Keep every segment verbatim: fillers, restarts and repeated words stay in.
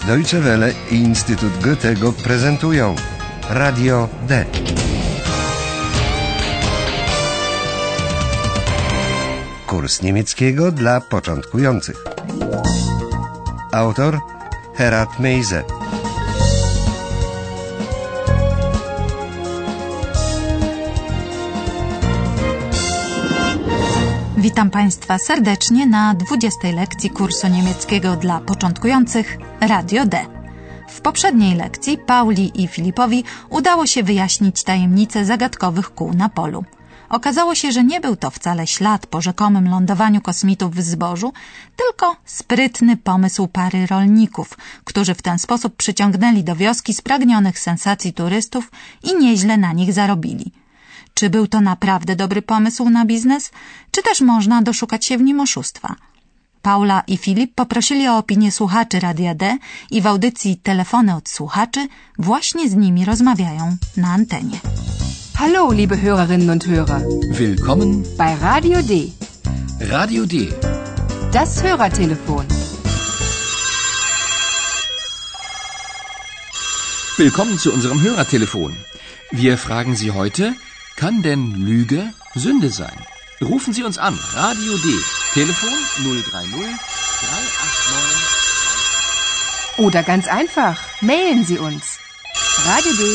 Deutsche Welle i Instytut Goethego prezentują Radio D. Kurs niemieckiego dla początkujących. Autor Herat Meize. Witam Państwa serdecznie na dwudziestej lekcji kursu niemieckiego dla początkujących Radio D. W poprzedniej lekcji Pauli i Filipowi udało się wyjaśnić tajemnicę zagadkowych kół na polu. Okazało się, że nie był to wcale ślad po rzekomym lądowaniu kosmitów w zbożu, tylko sprytny pomysł pary rolników, którzy w ten sposób przyciągnęli do wioski spragnionych sensacji turystów i nieźle na nich zarobili. Czy był to naprawdę dobry pomysł na biznes, czy też można doszukać się w nim oszustwa? Paula i Filip poprosili o opinię słuchaczy Radia D i w audycji Telefony od słuchaczy właśnie z nimi rozmawiają na antenie. Hallo, liebe Hörerinnen und Hörer. Willkommen bei Radio D. Radio D. Das Hörertelefon. Willkommen zu unserem Hörertelefon. Wir fragen Sie heute, kann denn Lüge Sünde sein? Rufen Sie uns an. Radio D. Telefon null drei null drei acht neun. Oder ganz einfach, mailen Sie uns. Radio D.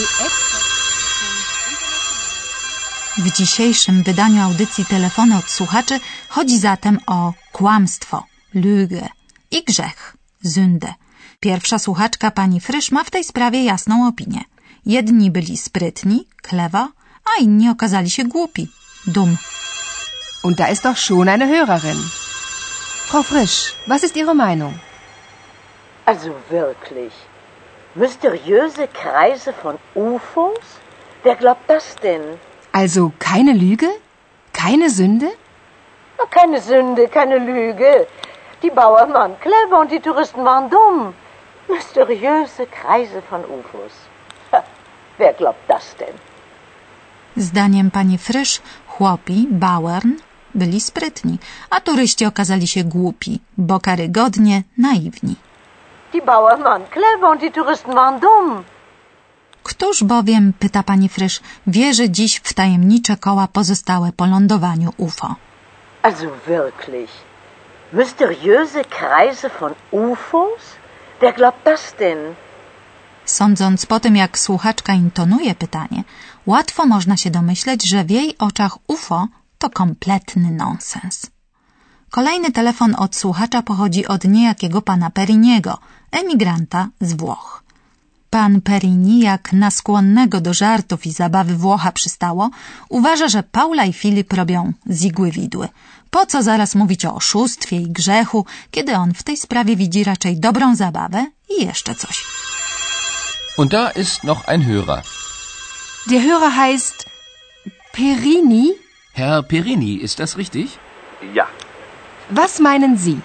W dzisiejszym wydaniu audycji Telefony od słuchaczy chodzi zatem o kłamstwo, Lüge i grzech, Sünde. Pierwsza słuchaczka, pani Frysz, ma w tej sprawie jasną opinię. Jedni byli sprytni, clever, a inni okazali się głupi, dumm. Und da ist doch schon eine Hörerin. Frau Frisch, was ist Ihre Meinung? Also wirklich, mysteriöse Kreise von U F Os? Wer glaubt das denn? Also keine Lüge? Keine Sünde? Na, keine Sünde, keine Lüge. Die Bauern waren clever und die Touristen waren dumm. Mysteriöse Kreise von U F Os. Ha, wer glaubt das denn? Zdaniem pani Frysz, chłopi, Bauern, byli sprytni, a turyści okazali się głupi, bo karygodnie naiwni. Die Bauern waren clever und die Touristen waren dumm. Któż bowiem, pyta pani Frysz, wierzy dziś w tajemnicze koła pozostałe po lądowaniu U F O? Also wirklich, mysteriöse Kreise von U F Os? Wer glaubt das denn? Sądząc po tym, jak słuchaczka intonuje pytanie, łatwo można się domyśleć, że w jej oczach U F O to kompletny nonsens. Kolejny telefon od słuchacza pochodzi od niejakiego pana Periniego, emigranta z Włoch. Pan Perini, jak na skłonnego do żartów i zabawy Włocha przystało, uważa, że Paula i Filip robią z igły widły. Po co zaraz mówić o oszustwie i grzechu, kiedy on w tej sprawie widzi raczej dobrą zabawę i jeszcze coś. Und da ist noch ein Hörer. Der Hörer heißt Perini? Herr Perini, ist das richtig? Ja. Was meinen Sie?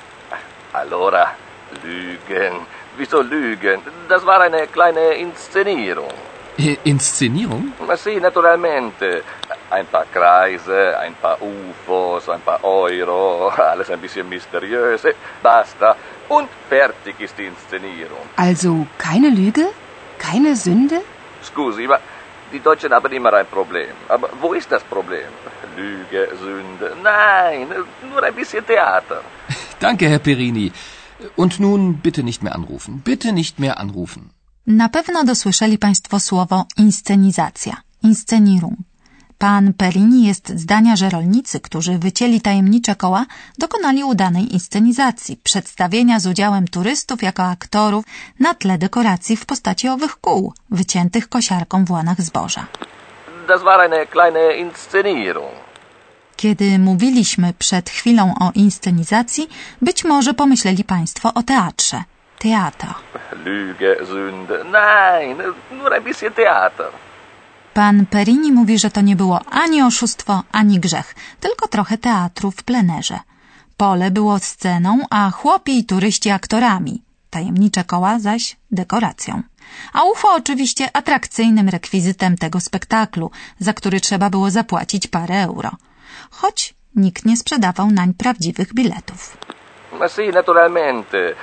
Allora, Lügen. Wieso Lügen? Das war eine kleine Inszenierung. Äh, Inszenierung? Ma sì, naturalmente. Ein paar Kreise, ein paar U F Os, ein paar Euro, alles ein bisschen mysteriös. Basta. Und fertig ist die Inszenierung. Also keine Lüge? Keine Sünde? Scusi, ma die Deutschen haben immer ein Problem. Aber wo ist das Problem? Lüge, Sünde? Nein, nur ein bisschen Theater. Danke, Herr Perini. Und nun bitte nicht mehr anrufen. Bitte nicht mehr anrufen. Na pewno dosłyszeli Państwo słowo inscenizacja, Inszenierung. Pan Perini jest zdania, że rolnicy, którzy wycięli tajemnicze koła, dokonali udanej inscenizacji, przedstawienia z udziałem turystów jako aktorów na tle dekoracji w postaci owych kół, wyciętych kosiarką w łanach zboża. Das war eine kleine Inszenierung. Kiedy mówiliśmy przed chwilą o inscenizacji, być może pomyśleli Państwo o teatrze. Theater. Lüge, Sünde? Nein, nur ein bisschen Theater. Pan Perini mówi, że to nie było ani oszustwo, ani grzech, tylko trochę teatru w plenerze. Pole było sceną, a chłopi i turyści aktorami, tajemnicze koła zaś dekoracją. A U F O oczywiście atrakcyjnym rekwizytem tego spektaklu, za który trzeba było zapłacić parę euro. Choć nikt nie sprzedawał nań prawdziwych biletów. Ma sì, naturalmente.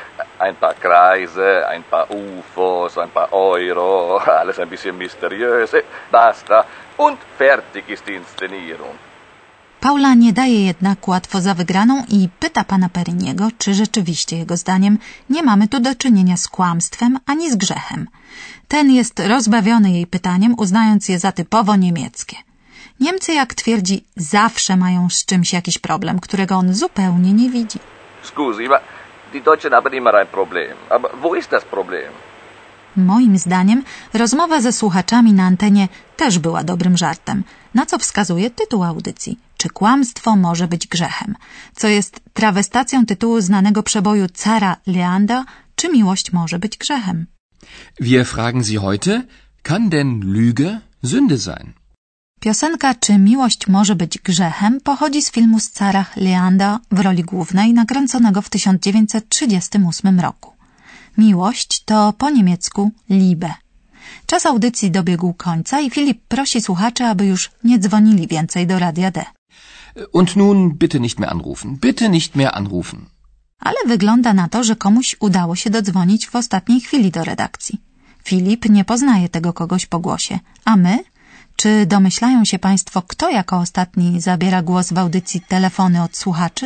ein paar Kreise, ein paar U F Os, ein paar Euro, alles ein bisschen mysteriös. Basta. Und fertig ist die Inszenierung. Paula nie daje jednak łatwo za wygraną i pyta pana Periniego, czy rzeczywiście jego zdaniem nie mamy tu do czynienia z kłamstwem ani z grzechem. Ten jest rozbawiony jej pytaniem, uznając je za typowo niemieckie. Niemcy, jak twierdzi, zawsze mają z czymś jakiś problem, którego on zupełnie nie widzi. Scusi, ma die Deutschen haben immer ein Problem. Aber wo ist das Problem? Moim zdaniem rozmowa ze słuchaczami na antenie też była dobrym żartem, na co wskazuje tytuł audycji. Czy kłamstwo może być grzechem? Co jest trawestacją tytułu znanego przeboju cara Leanda, czy miłość może być grzechem? Wir fragen Sie heute, kann denn Lüge Sünde sein? Piosenka Czy miłość może być grzechem pochodzi z filmu z carach Leanda w roli głównej, nakręconego w tysiąc dziewięćset trzydziestym ósmym roku. Miłość to po niemiecku Liebe. Czas audycji dobiegł końca i Filip prosi słuchaczy, aby już nie dzwonili więcej do Radia D. Und nun bitte nicht mehr anrufen. Bitte nicht mehr anrufen. Ale wygląda na to, że komuś udało się dodzwonić w ostatniej chwili do redakcji. Filip nie poznaje tego kogoś po głosie. A my? Czy domyślają się Państwo, kto jako ostatni zabiera głos w audycji Telefony od słuchaczy?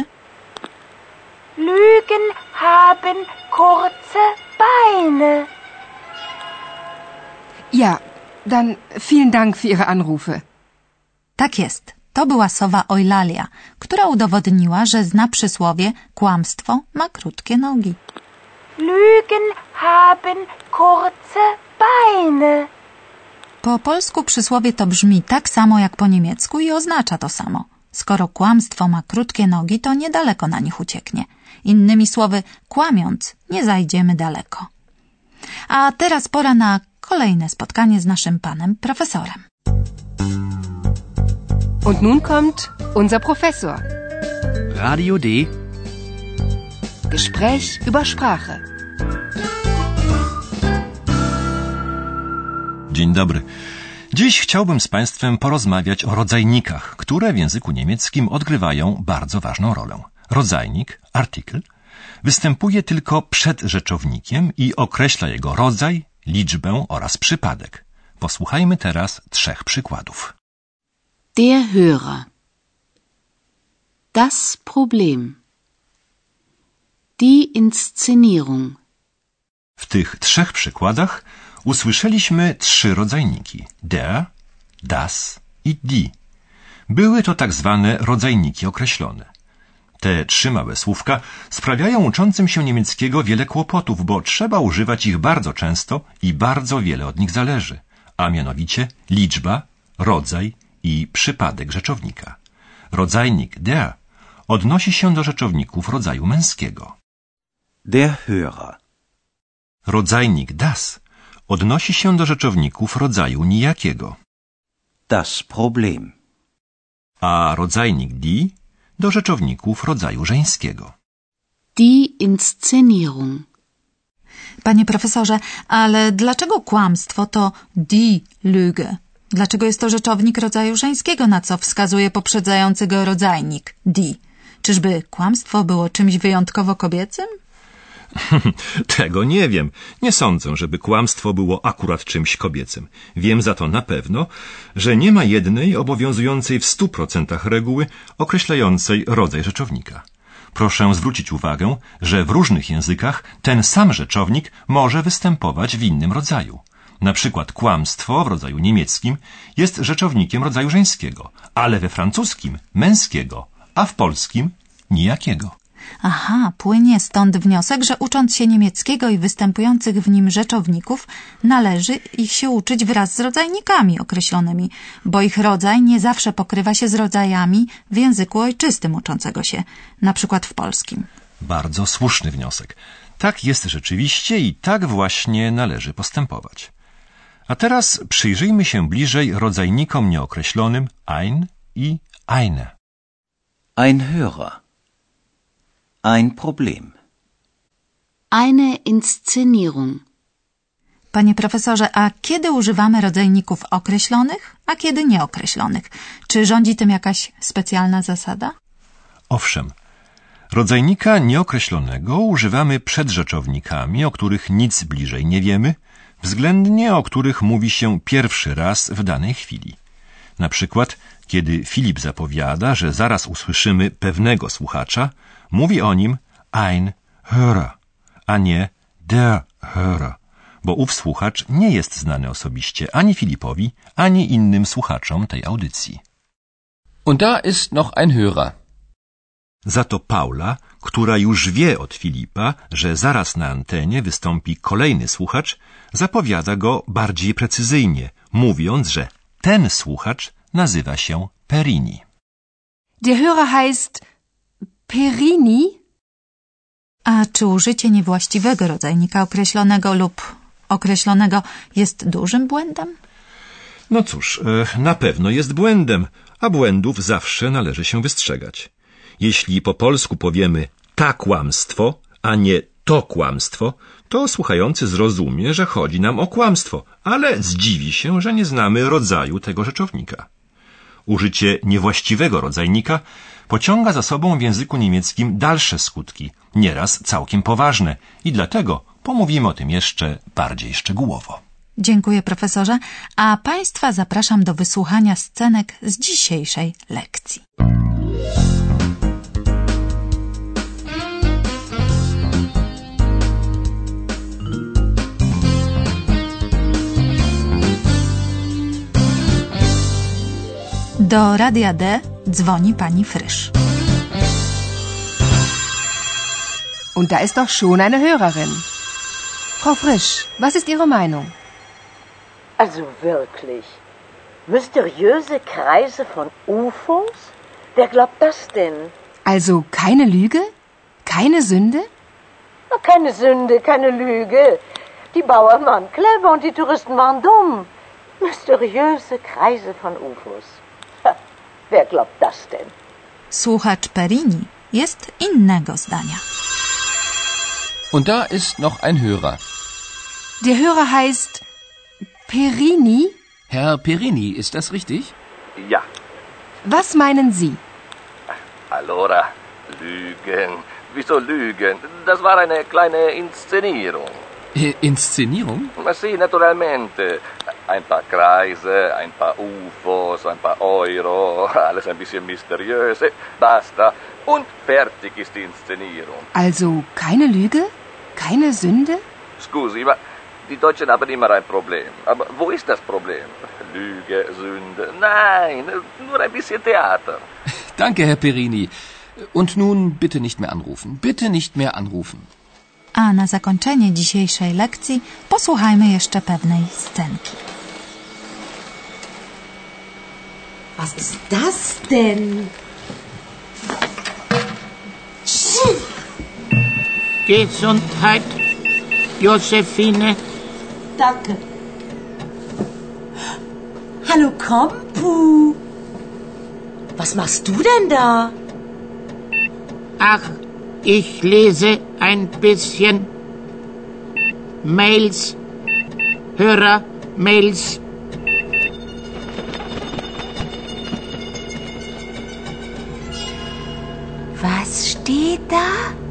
Lügen haben kurze Beine. Ja, dann vielen Dank für Ihre Anrufe. Tak jest. To była sowa Eulalia, która udowodniła, że zna przysłowie kłamstwo ma krótkie nogi. Lügen haben kurze Beine. Po polsku przysłowie to brzmi tak samo jak po niemiecku i oznacza to samo. Skoro kłamstwo ma krótkie nogi, to niedaleko na nich ucieknie. Innymi słowy, kłamiąc, nie zajdziemy daleko. A teraz pora na kolejne spotkanie z naszym panem profesorem. Und nun kommt unser Professor. Radio D. Gespräch über Sprache. Dzień dobry. Dziś chciałbym z Państwem porozmawiać o rodzajnikach, które w języku niemieckim odgrywają bardzo ważną rolę. Rodzajnik, artikel, występuje tylko przed rzeczownikiem i określa jego rodzaj, liczbę oraz przypadek. Posłuchajmy teraz trzech przykładów. Der Hörer. Das Problem. Die Inszenierung. W tych trzech przykładach usłyszeliśmy trzy rodzajniki. Der, das i die. Były to tak zwane rodzajniki określone. Te trzy małe słówka sprawiają uczącym się niemieckiego wiele kłopotów, bo trzeba używać ich bardzo często i bardzo wiele od nich zależy, a mianowicie liczba, rodzaj i przypadek rzeczownika. Rodzajnik der odnosi się do rzeczowników rodzaju męskiego. Der Hörer. Rodzajnik das odnosi się do rzeczowników rodzaju nijakiego. Das Problem. A rodzajnik die do rzeczowników rodzaju żeńskiego. Die Inszenierung. Panie profesorze, ale dlaczego kłamstwo to die Lüge? Dlaczego jest to rzeczownik rodzaju żeńskiego, na co wskazuje poprzedzający go rodzajnik die? Czyżby kłamstwo było czymś wyjątkowo kobiecym? Tego nie wiem. Nie sądzę, żeby kłamstwo było akurat czymś kobiecym. Wiem za to na pewno, że nie ma jednej obowiązującej w stu procentach reguły określającej rodzaj rzeczownika. Proszę zwrócić uwagę, że w różnych językach ten sam rzeczownik może występować w innym rodzaju. Na przykład kłamstwo w rodzaju niemieckim jest rzeczownikiem rodzaju żeńskiego, ale we francuskim męskiego, a w polskim nijakiego. Aha, płynie stąd wniosek, że ucząc się niemieckiego i występujących w nim rzeczowników, należy ich się uczyć wraz z rodzajnikami określonymi, bo ich rodzaj nie zawsze pokrywa się z rodzajami w języku ojczystym uczącego się, na przykład w polskim. Bardzo słuszny wniosek. Tak jest rzeczywiście i tak właśnie należy postępować. A teraz przyjrzyjmy się bliżej rodzajnikom nieokreślonym ein i eine. Ein Hörer. Ein Problem. Eine Inszenierung. Panie profesorze, a kiedy używamy rodzajników określonych, a kiedy nieokreślonych? Czy rządzi tym jakaś specjalna zasada? Owszem. Rodzajnika nieokreślonego używamy przed rzeczownikami, o których nic bliżej nie wiemy, względnie o których mówi się pierwszy raz w danej chwili. Na przykład, kiedy Filip zapowiada, że zaraz usłyszymy pewnego słuchacza, mówi o nim ein Hörer, a nie der Hörer, bo ów słuchacz nie jest znany osobiście ani Filipowi, ani innym słuchaczom tej audycji. Und da ist noch ein Hörer. Za to Paula, która już wie od Filipa, że zaraz na antenie wystąpi kolejny słuchacz, zapowiada go bardziej precyzyjnie, mówiąc, że ten słuchacz nazywa się Perini. Der Hörer heißt Perini? A czy użycie niewłaściwego rodzajnika określonego lub określonego jest dużym błędem? No cóż, na pewno jest błędem, a błędów zawsze należy się wystrzegać. Jeśli po polsku powiemy ta kłamstwo, a nie to kłamstwo, to słuchający zrozumie, że chodzi nam o kłamstwo, ale zdziwi się, że nie znamy rodzaju tego rzeczownika. Użycie niewłaściwego rodzajnika pociąga za sobą w języku niemieckim dalsze skutki, nieraz całkiem poważne, i dlatego pomówimy o tym jeszcze bardziej szczegółowo. Dziękuję, profesorze, a Państwa zapraszam do wysłuchania scenek z dzisiejszej lekcji. Do Radia D dzwoni pani Frisch. Und da ist doch schon eine Hörerin. Frau Frisch, was ist Ihre Meinung? Also wirklich. Mysteriöse Kreise von U F Os? Wer glaubt das denn? Also keine Lüge? Keine Sünde? Na, keine Sünde, keine Lüge. Die Bauern waren clever und die Touristen waren dumm. Mysteriöse Kreise von U F Os. Ha, wer glaubt das denn? Słuchacz Perini jest innego zdania. Und da ist noch ein Hörer. Der Hörer heißt Perini? Herr Perini, ist das richtig? Ja. Was meinen Sie? Allora, Lügen. Wieso Lügen? Das war eine kleine Inszenierung. Äh, Inszenierung? Ma sì, naturalmente. Ein paar Kreise, ein paar U F Os, ein paar Euro, alles ein bisschen mysteriös. Basta. Und fertig ist die Inszenierung. Also keine Lüge? Keine Sünde? Scusi, ma die Deutschen haben immer ein Problem. Aber wo ist das Problem? Lüge, Sünde? Nein, nur ein bisschen Theater. Danke, Herr Perini. Und nun bitte nicht mehr anrufen. Bitte nicht mehr anrufen. A na zakończenie dzisiejszej lekcji posłuchajmy jeszcze pewnej scenki. Was ist das denn? Gesundheit, Josephine. Danke. Hallo, Kompu. Was machst du denn da? Ach, ich lese ein bisschen Mails, Hörer-Mails. Was steht da?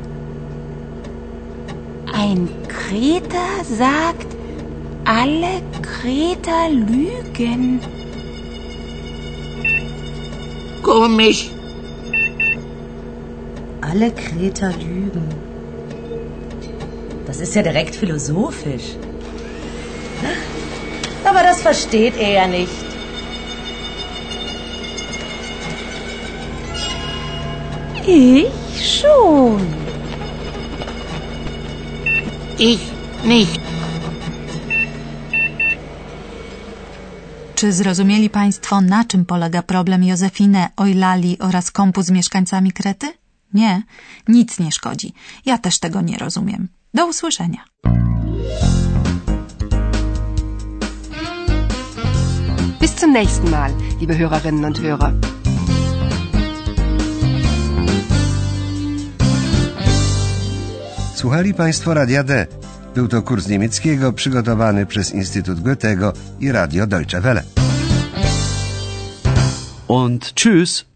Ein Kreter sagt, alle Kreter lügen. Komisch. Alle Kreter lügen. Das ist ja direkt philosophisch. Aber das versteht er ja nicht. Ich schon. Ich nicht. Czy zrozumieli Państwo, na czym polega problem Józefiny, Eulali oraz Kompu z mieszkańcami Krety? Nie, nic nie szkodzi. Ja też tego nie rozumiem. Do usłyszenia. Bis zum nächsten Mal, liebe Hörerinnen und Hörer. Słuchali Państwo Radia D. Był to kurs niemieckiego przygotowany przez Instytut Goethego i Radio Deutsche Welle. Und tschüss.